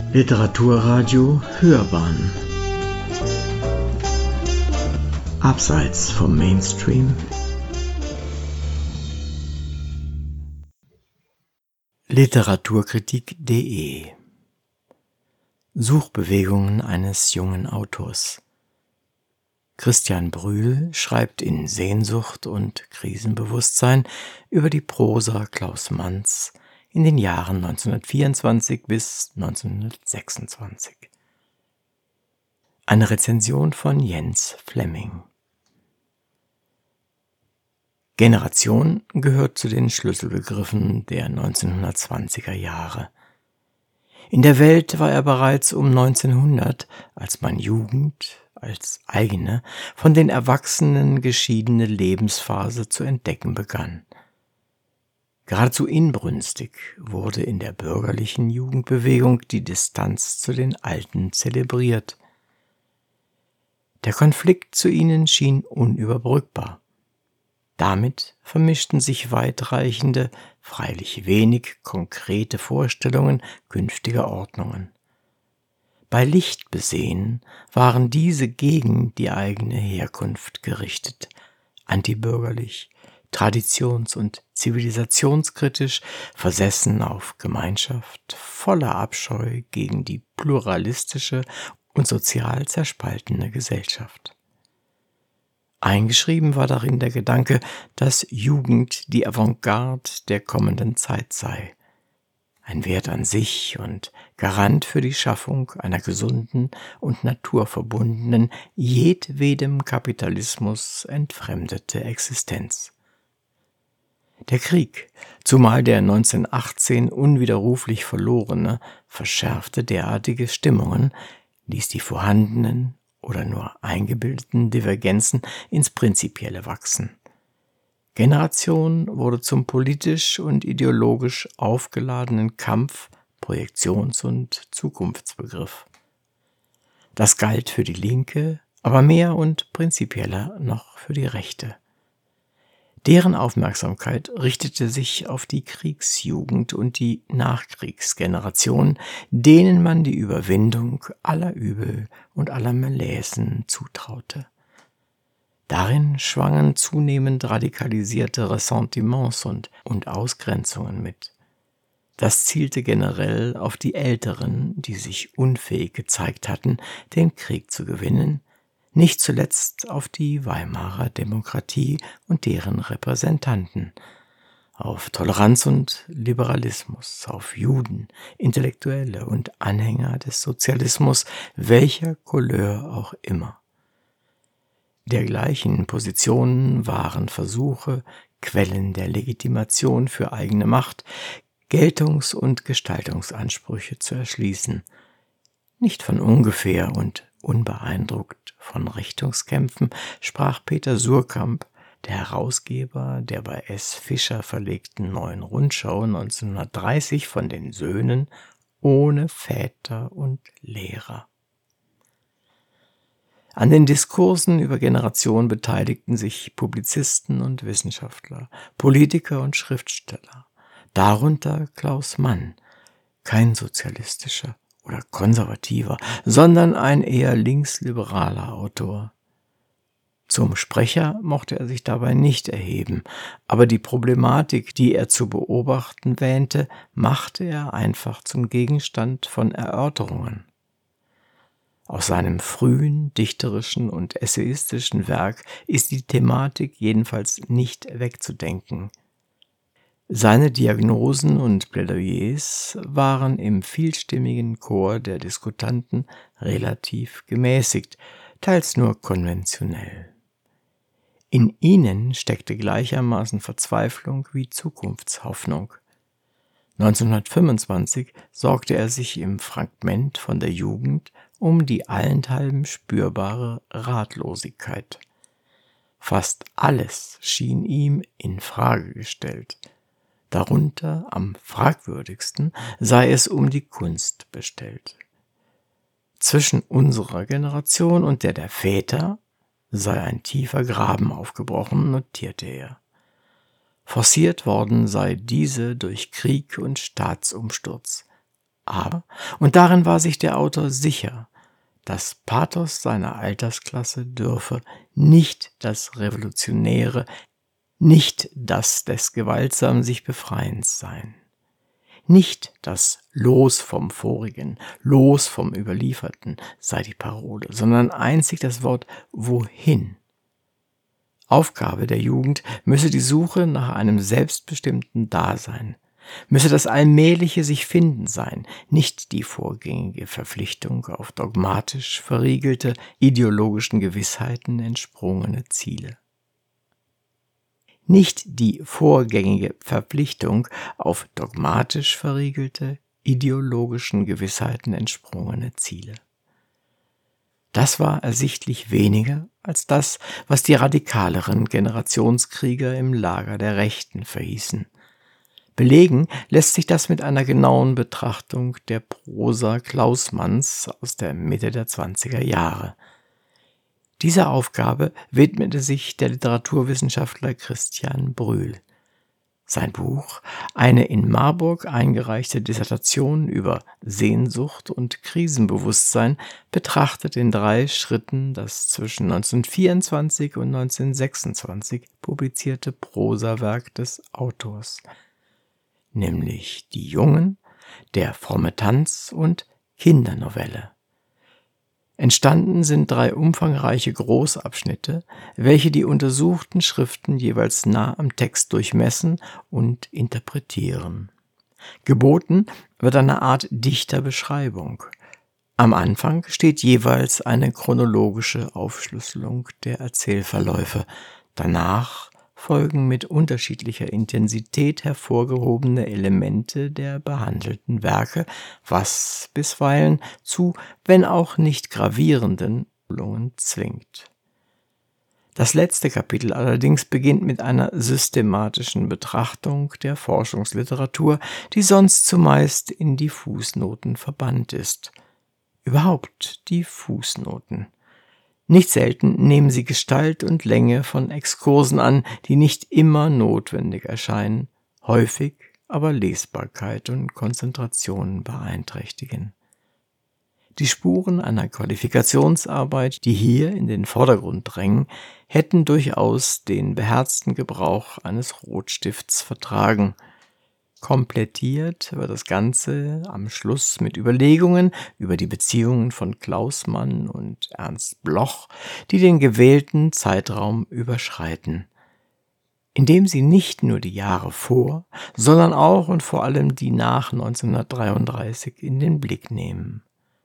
Literaturradio Hörbahn Abseits vom Mainstream. Literaturkritik.de Suchbewegungen eines jungen Autors. Christian Brühl schreibt in Sehnsucht und Krisenbewusstsein über die Prosa Klaus Manns in den Jahren 1924 bis 1926. Eine Rezension von Jens Flemming. Generation gehört zu den Schlüsselbegriffen der 1920er Jahre. In der Welt war er bereits um 1900, als man Jugend als eigene, von den Erwachsenen geschiedene Lebensphase zu entdecken begann. Geradezu inbrünstig wurde in der bürgerlichen Jugendbewegung die Distanz zu den Alten zelebriert. Der Konflikt zu ihnen schien unüberbrückbar. Damit vermischten sich weitreichende, freilich wenig konkrete Vorstellungen künftiger Ordnungen. Bei Licht besehen waren diese gegen die eigene Herkunft gerichtet, antibürgerlich, traditions- und zivilisationskritisch, versessen auf Gemeinschaft, voller Abscheu gegen die pluralistische und sozial zerspaltene Gesellschaft. Eingeschrieben war darin der Gedanke, dass Jugend die Avantgarde der kommenden Zeit sei. Ein Wert an sich und Garant für die Schaffung einer gesunden und naturverbundenen, jedwedem Kapitalismus entfremdete Existenz. Der Krieg, zumal der 1918 unwiderruflich verlorene, verschärfte derartige Stimmungen, ließ die vorhandenen oder nur eingebildeten Divergenzen ins Prinzipielle wachsen. Generation wurde zum politisch und ideologisch aufgeladenen Kampf-, Projektions- und Zukunftsbegriff. Das galt für die Linke, aber mehr und prinzipieller noch für die Rechte. Deren Aufmerksamkeit richtete sich auf die Kriegsjugend und die Nachkriegsgeneration, denen man die Überwindung aller Übel und aller Malessen zutraute. Darin schwangen zunehmend radikalisierte Ressentiments und Ausgrenzungen mit. Das zielte generell auf die Älteren, die sich unfähig gezeigt hatten, den Krieg zu gewinnen, nicht zuletzt auf die Weimarer Demokratie und deren Repräsentanten, auf Toleranz und Liberalismus, auf Juden, Intellektuelle und Anhänger des Sozialismus, welcher Couleur auch immer. Dergleichen Positionen waren Versuche, Quellen der Legitimation für eigene Macht, Geltungs- und Gestaltungsansprüche zu erschließen. Nicht von ungefähr und unbeeindruckt von Richtungskämpfen sprach Peter Suhrkamp, der Herausgeber der bei S. Fischer verlegten Neuen Rundschau 1930, von den Söhnen ohne Väter und Lehrer. An den Diskursen über Generation beteiligten sich Publizisten und Wissenschaftler, Politiker und Schriftsteller, darunter Klaus Mann, kein sozialistischer oder konservativer, sondern ein eher linksliberaler Autor. Zum Sprecher mochte er sich dabei nicht erheben, aber die Problematik, die er zu beobachten wähnte, machte er einfach zum Gegenstand von Erörterungen. Aus seinem frühen dichterischen und essayistischen Werk ist die Thematik jedenfalls nicht wegzudenken. Seine Diagnosen und Plädoyers waren im vielstimmigen Chor der Diskutanten relativ gemäßigt, teils nur konventionell. In ihnen steckte gleichermaßen Verzweiflung wie Zukunftshoffnung. 1925 sorgte er sich im Fragment von der Jugend um die allenthalben spürbare Ratlosigkeit. Fast alles schien ihm in Frage gestellt. Darunter am fragwürdigsten sei es um die Kunst bestellt. Zwischen unserer Generation und der Väter sei ein tiefer Graben aufgebrochen, notierte er. Forciert worden sei diese durch Krieg und Staatsumsturz. Aber, und darin war sich der Autor sicher, das Pathos seiner Altersklasse dürfe nicht das Revolutionäre, nicht das des gewaltsamen sich Befreiens sein. Nicht das Los vom Vorigen, Los vom Überlieferten sei die Parole, sondern einzig das Wort Wohin. Aufgabe der Jugend müsse die Suche nach einem selbstbestimmten Dasein, müsse das allmähliche sich finden sein, nicht die vorgängige Verpflichtung auf dogmatisch verriegelte, ideologischen Gewissheiten entsprungene Ziele. Nicht die vorgängige Verpflichtung auf dogmatisch verriegelte, ideologischen Gewissheiten entsprungene Ziele. Das war ersichtlich weniger als das, was die radikaleren Generationskrieger im Lager der Rechten verhießen. Belegen lässt sich das mit einer genauen Betrachtung der Prosa Klausmanns aus der Mitte der 20er Jahre. Dieser Aufgabe widmete sich der Literaturwissenschaftler Christian Brühl. Sein Buch, eine in Marburg eingereichte Dissertation über Sehnsucht und Krisenbewusstsein, betrachtet in 3 Schritten das zwischen 1924 und 1926 publizierte Prosawerk des Autors, nämlich Die Jungen, Der fromme Tanz und Kindernovelle. Entstanden sind 3 umfangreiche Großabschnitte, welche die untersuchten Schriften jeweils nah am Text durchmessen und interpretieren. Geboten wird eine Art dichter Beschreibung. Am Anfang steht jeweils eine chronologische Aufschlüsselung der Erzählverläufe. Danach folgen mit unterschiedlicher Intensität hervorgehobene Elemente der behandelten Werke, was bisweilen zu, wenn auch nicht gravierenden, Handlungen zwingt. Das letzte Kapitel allerdings beginnt mit einer systematischen Betrachtung der Forschungsliteratur, die sonst zumeist in die Fußnoten verbannt ist. Überhaupt die Fußnoten. Nicht selten nehmen sie Gestalt und Länge von Exkursen an, die nicht immer notwendig erscheinen, häufig aber Lesbarkeit und Konzentration beeinträchtigen. Die Spuren einer Qualifikationsarbeit, die hier in den Vordergrund drängen, hätten durchaus den beherzten Gebrauch eines Rotstifts vertragen. Komplettiert wird das Ganze am Schluss mit Überlegungen über die Beziehungen von Klausmann und Ernst Bloch, die den gewählten Zeitraum überschreiten, indem sie nicht nur die Jahre vor, sondern auch und vor allem die nach 1933 in den Blick nehmen.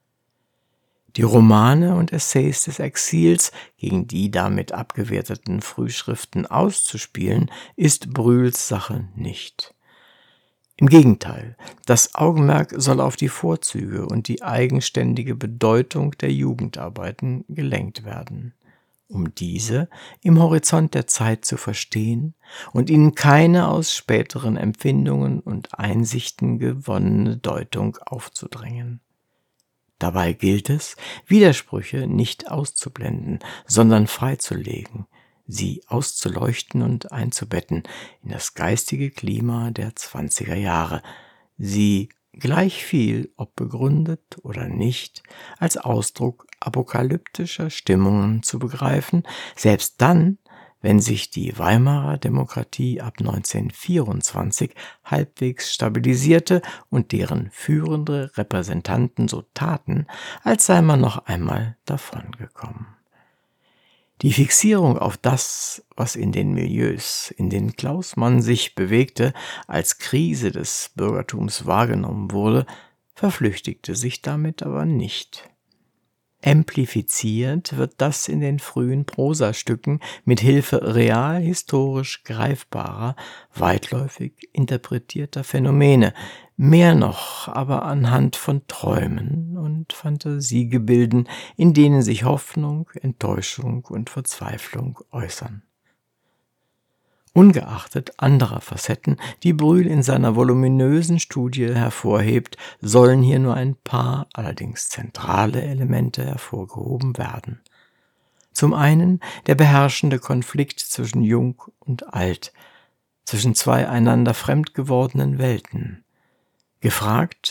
Die Romane und Essays des Exils gegen die damit abgewerteten Frühschriften auszuspielen, ist Brühls Sache nicht. Im Gegenteil, das Augenmerk soll auf die Vorzüge und die eigenständige Bedeutung der Jugendarbeiten gelenkt werden, um diese im Horizont der Zeit zu verstehen und ihnen keine aus späteren Empfindungen und Einsichten gewonnene Deutung aufzudrängen. Dabei gilt es, Widersprüche nicht auszublenden, sondern freizulegen, sie auszuleuchten und einzubetten in das geistige Klima der 20er Jahre, sie gleich viel, ob begründet oder nicht, als Ausdruck apokalyptischer Stimmungen zu begreifen, selbst dann, wenn sich die Weimarer Demokratie ab 1924 halbwegs stabilisierte und deren führende Repräsentanten so taten, als sei man noch einmal davongekommen. Die Fixierung auf das, was in den Milieus, in denen Klausmann sich bewegte, als Krise des Bürgertums wahrgenommen wurde, verflüchtigte sich damit aber nicht. Amplifiziert wird das in den frühen Prosastücken mit Hilfe real historisch greifbarer, weitläufig interpretierter Phänomene, mehr noch aber anhand von Träumen und Fantasiegebilden, in denen sich Hoffnung, Enttäuschung und Verzweiflung äußern. Ungeachtet anderer Facetten, die Brühl in seiner voluminösen Studie hervorhebt, sollen hier nur ein paar, allerdings zentrale Elemente hervorgehoben werden. Zum einen der beherrschende Konflikt zwischen Jung und Alt, zwischen 2 einander fremd gewordenen Welten. Gefragt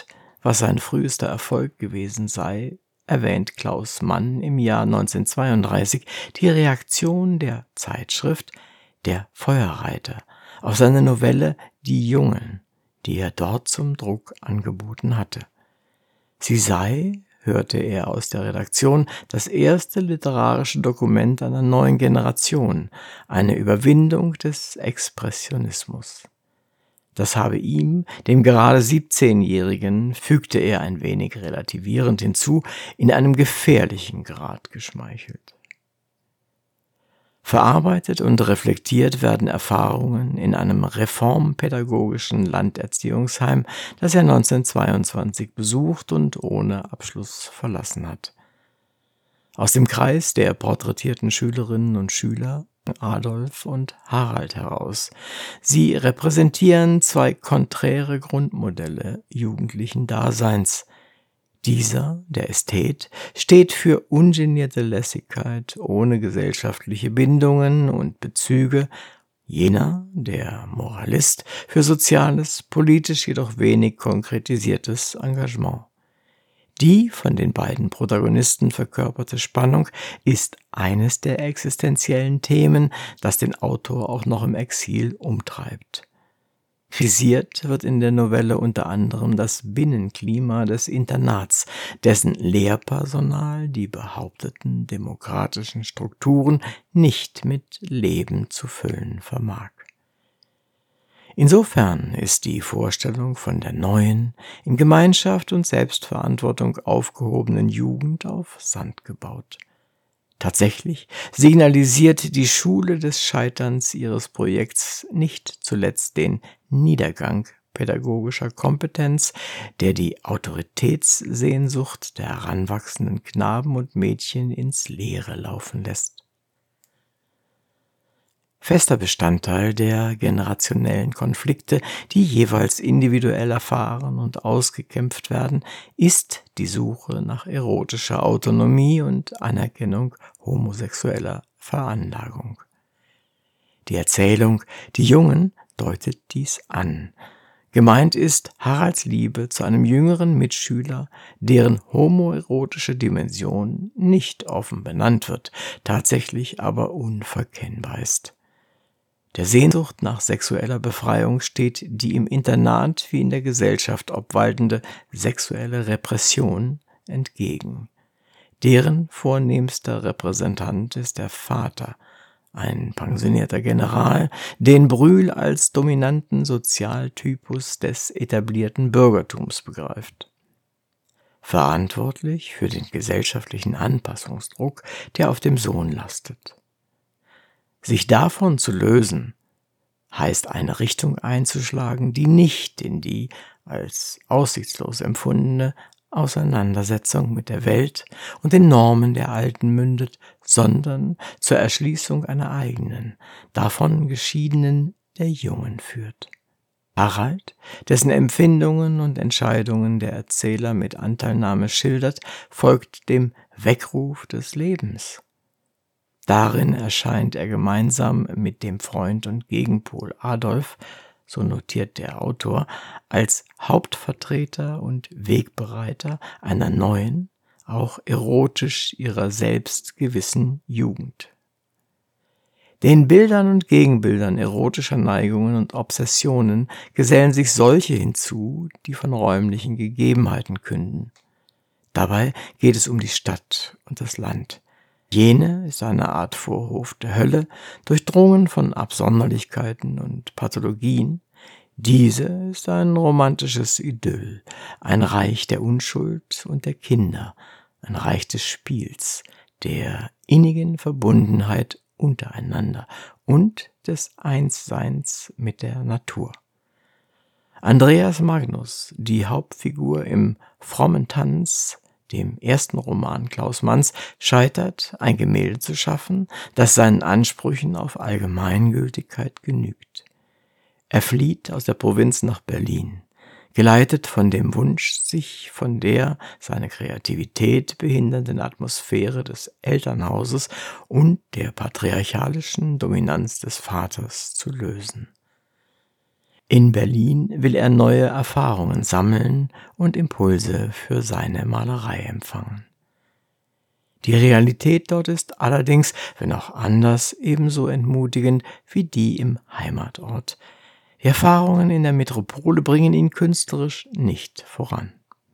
was sein frühester Erfolg gewesen sei, erwähnt Klaus Mann im Jahr 1932 die Reaktion der Zeitschrift Der Feuerreiter auf seine Novelle Die Jungen, die er dort zum Druck angeboten hatte. Sie sei, hörte er aus der Redaktion, das erste literarische Dokument einer neuen Generation, eine Überwindung des Expressionismus. Das habe ihm, dem gerade 17-Jährigen, fügte er ein wenig relativierend hinzu, in einem gefährlichen Grad geschmeichelt. Verarbeitet und reflektiert werden Erfahrungen in einem reformpädagogischen Landerziehungsheim, das er 1922 besucht und ohne Abschluss verlassen hat. Aus dem Kreis der porträtierten Schülerinnen und Schüler Adolf und Harald heraus. Sie repräsentieren zwei konträre Grundmodelle jugendlichen Daseins. Dieser, der Ästhet, steht für ungenierte Lässigkeit ohne gesellschaftliche Bindungen und Bezüge, jener, der Moralist, für soziales, politisch jedoch wenig konkretisiertes Engagement. Die von den beiden Protagonisten verkörperte Spannung ist eines der existenziellen Themen, das den Autor auch noch im Exil umtreibt. Kritisiert wird in der Novelle unter anderem das Binnenklima des Internats, dessen Lehrpersonal die behaupteten demokratischen Strukturen nicht mit Leben zu füllen vermag. Insofern ist die Vorstellung von der neuen, in Gemeinschaft und Selbstverantwortung aufgehobenen Jugend auf Sand gebaut. Tatsächlich signalisiert die Schule des Scheiterns ihres Projekts nicht zuletzt den Niedergang pädagogischer Kompetenz, der die Autoritätssehnsucht der heranwachsenden Knaben und Mädchen ins Leere laufen lässt. Fester Bestandteil der generationellen Konflikte, die jeweils individuell erfahren und ausgekämpft werden, ist die Suche nach erotischer Autonomie und Anerkennung homosexueller Veranlagung. Die Erzählung Die Jungen deutet dies an. Gemeint ist Haralds Liebe zu einem jüngeren Mitschüler, deren homoerotische Dimension nicht offen benannt wird, tatsächlich aber unverkennbar ist. Der Sehnsucht nach sexueller Befreiung steht die im Internat wie in der Gesellschaft obwaltende sexuelle Repression entgegen. Deren vornehmster Repräsentant ist der Vater, ein pensionierter General, den Brühl als dominanten Sozialtypus des etablierten Bürgertums begreift. Verantwortlich für den gesellschaftlichen Anpassungsdruck, der auf dem Sohn lastet. Sich davon zu lösen, heißt eine Richtung einzuschlagen, die nicht in die als aussichtslos empfundene Auseinandersetzung mit der Welt und den Normen der Alten mündet, sondern zur Erschließung einer eigenen, davon geschiedenen der Jungen führt. Harald, dessen Empfindungen und Entscheidungen der Erzähler mit Anteilnahme schildert, folgt dem Weckruf des Lebens. Darin erscheint er gemeinsam mit dem Freund und Gegenpol Adolf, so notiert der Autor, als Hauptvertreter und Wegbereiter einer neuen, auch erotisch ihrer selbst gewissen Jugend. Den Bildern und Gegenbildern erotischer Neigungen und Obsessionen gesellen sich solche hinzu, die von räumlichen Gegebenheiten künden. Dabei geht es um die Stadt und das Land. Jene ist eine Art Vorhof der Hölle, durchdrungen von Absonderlichkeiten und Pathologien. Diese ist ein romantisches Idyll, ein Reich der Unschuld und der Kinder, ein Reich des Spiels, der innigen Verbundenheit untereinander und des Einsseins mit der Natur. Andreas Magnus, die Hauptfigur im Frommen Tanz, dem ersten Roman Klaus Manns, scheitert, ein Gemälde zu schaffen, das seinen Ansprüchen auf Allgemeingültigkeit genügt. Er flieht aus der Provinz nach Berlin, geleitet von dem Wunsch, sich von der seine Kreativität behindernden Atmosphäre des Elternhauses und der patriarchalischen Dominanz des Vaters zu lösen. In Berlin will er neue Erfahrungen sammeln und Impulse für seine Malerei empfangen. Die Realität dort ist allerdings, wenn auch anders, ebenso entmutigend wie die im Heimatort. Die Erfahrungen in der Metropole bringen ihn künstlerisch nicht voran.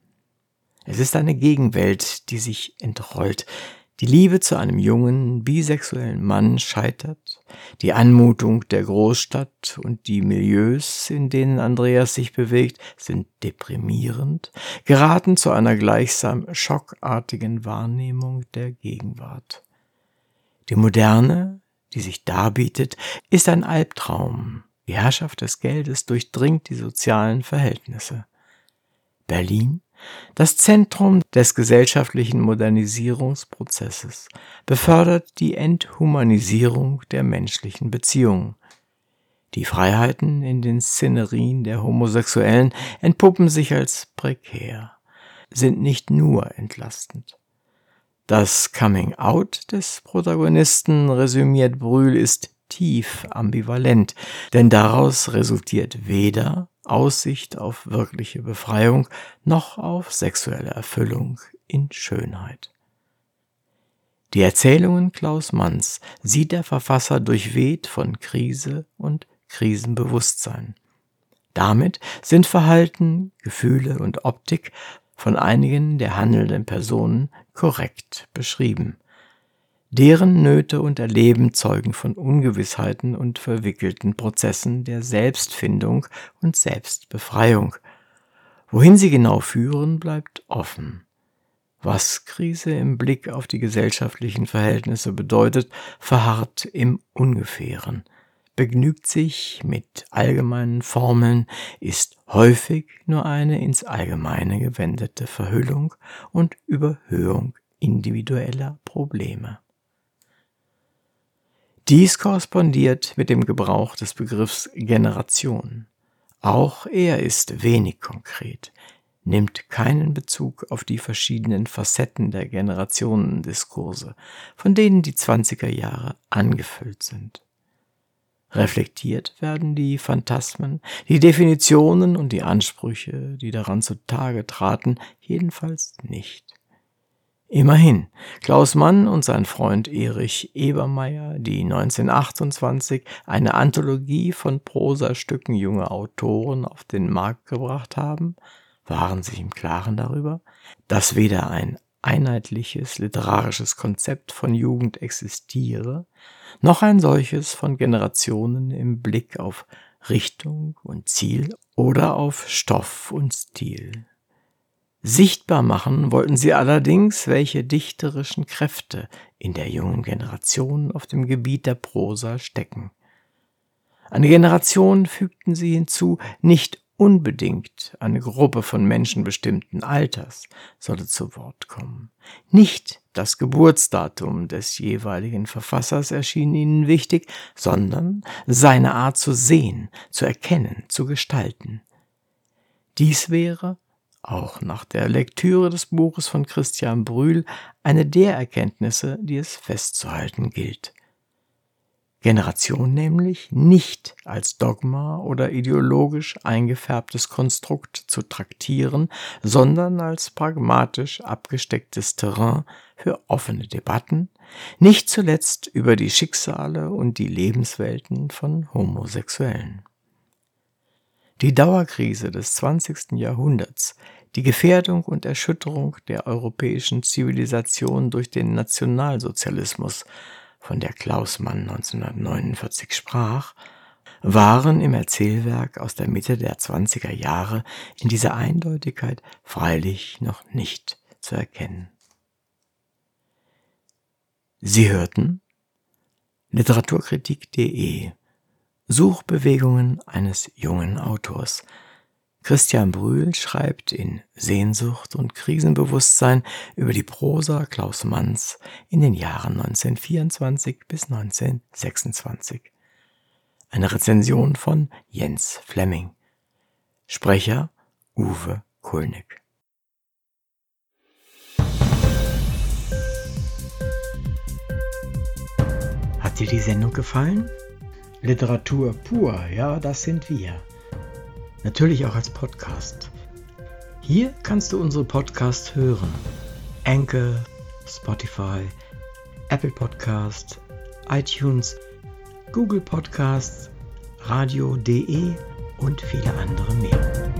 Es ist eine Gegenwelt, die sich entrollt. Die Liebe zu einem jungen, bisexuellen Mann scheitert, die Anmutung der Großstadt und die Milieus, in denen Andreas sich bewegt, sind deprimierend, geraten zu einer gleichsam schockartigen Wahrnehmung der Gegenwart. Die Moderne, die sich darbietet, ist ein Albtraum. Die Herrschaft des Geldes durchdringt die sozialen Verhältnisse. Berlin, das Zentrum des gesellschaftlichen Modernisierungsprozesses, befördert die Enthumanisierung der menschlichen Beziehungen. Die Freiheiten in den Szenerien der Homosexuellen entpuppen sich als prekär, sind nicht nur entlastend. Das Coming-out des Protagonisten, resümiert Brühl, ist tief ambivalent, denn daraus resultiert weder Aussicht auf wirkliche Befreiung noch auf sexuelle Erfüllung in Schönheit. Die Erzählungen Klaus Manns sieht der Verfasser durchweht von Krise und Krisenbewusstsein. Damit sind Verhalten, Gefühle und Optik von einigen der handelnden Personen korrekt beschrieben. Deren Nöte und Erleben zeugen von Ungewissheiten und verwickelten Prozessen der Selbstfindung und Selbstbefreiung. Wohin sie genau führen, bleibt offen. Was Krise im Blick auf die gesellschaftlichen Verhältnisse bedeutet, verharrt im Ungefähren, begnügt sich mit allgemeinen Formeln, ist häufig nur eine ins Allgemeine gewendete Verhüllung und Überhöhung individueller Probleme. Dies korrespondiert mit dem Gebrauch des Begriffs Generation. Auch er ist wenig konkret, nimmt keinen Bezug auf die verschiedenen Facetten der Generationendiskurse, von denen die 20er Jahre angefüllt sind. Reflektiert werden die Phantasmen, die Definitionen und die Ansprüche, die daran zutage traten, jedenfalls nicht. Immerhin, Klaus Mann und sein Freund Erich Ebermeier, die 1928 eine Anthologie von Prosastücken junger Autoren auf den Markt gebracht haben, waren sich im Klaren darüber, dass weder ein einheitliches literarisches Konzept von Jugend existiere, noch ein solches von Generationen im Blick auf Richtung und Ziel oder auf Stoff und Stil. Sichtbar machen wollten sie allerdings, welche dichterischen Kräfte in der jungen Generation auf dem Gebiet der Prosa stecken. Eine Generation, fügten sie hinzu, nicht unbedingt eine Gruppe von Menschen bestimmten Alters solle zu Wort kommen. Nicht das Geburtsdatum des jeweiligen Verfassers erschien ihnen wichtig, sondern seine Art zu sehen, zu erkennen, zu gestalten. Dies wäre, auch nach der Lektüre des Buches von Christian Brühl, eine der Erkenntnisse, die es festzuhalten gilt. Generation nämlich nicht als Dogma oder ideologisch eingefärbtes Konstrukt zu traktieren, sondern als pragmatisch abgestecktes Terrain für offene Debatten, nicht zuletzt über die Schicksale und die Lebenswelten von Homosexuellen. Die Dauerkrise des 20. Jahrhunderts, die Gefährdung und Erschütterung der europäischen Zivilisation durch den Nationalsozialismus, von der Klaus Mann 1949 sprach, waren im Erzählwerk aus der Mitte der 20er Jahre in dieser Eindeutigkeit freilich noch nicht zu erkennen. Sie hörten Literaturkritik.de Suchbewegungen eines jungen Autors. Christian Brühl schreibt in Sehnsucht und Krisenbewusstsein über die Prosa Klaus Manns in den Jahren 1924 bis 1926. Eine Rezension von Jens Flemming. Sprecher Uwe Kulnig. Hat dir die Sendung gefallen? Literatur pur, ja, das sind wir. natürlich auch als Podcast. Hier kannst du unsere Podcasts hören. Anchor, Spotify, Apple Podcast, iTunes, Google Podcasts, radio.de und viele andere mehr.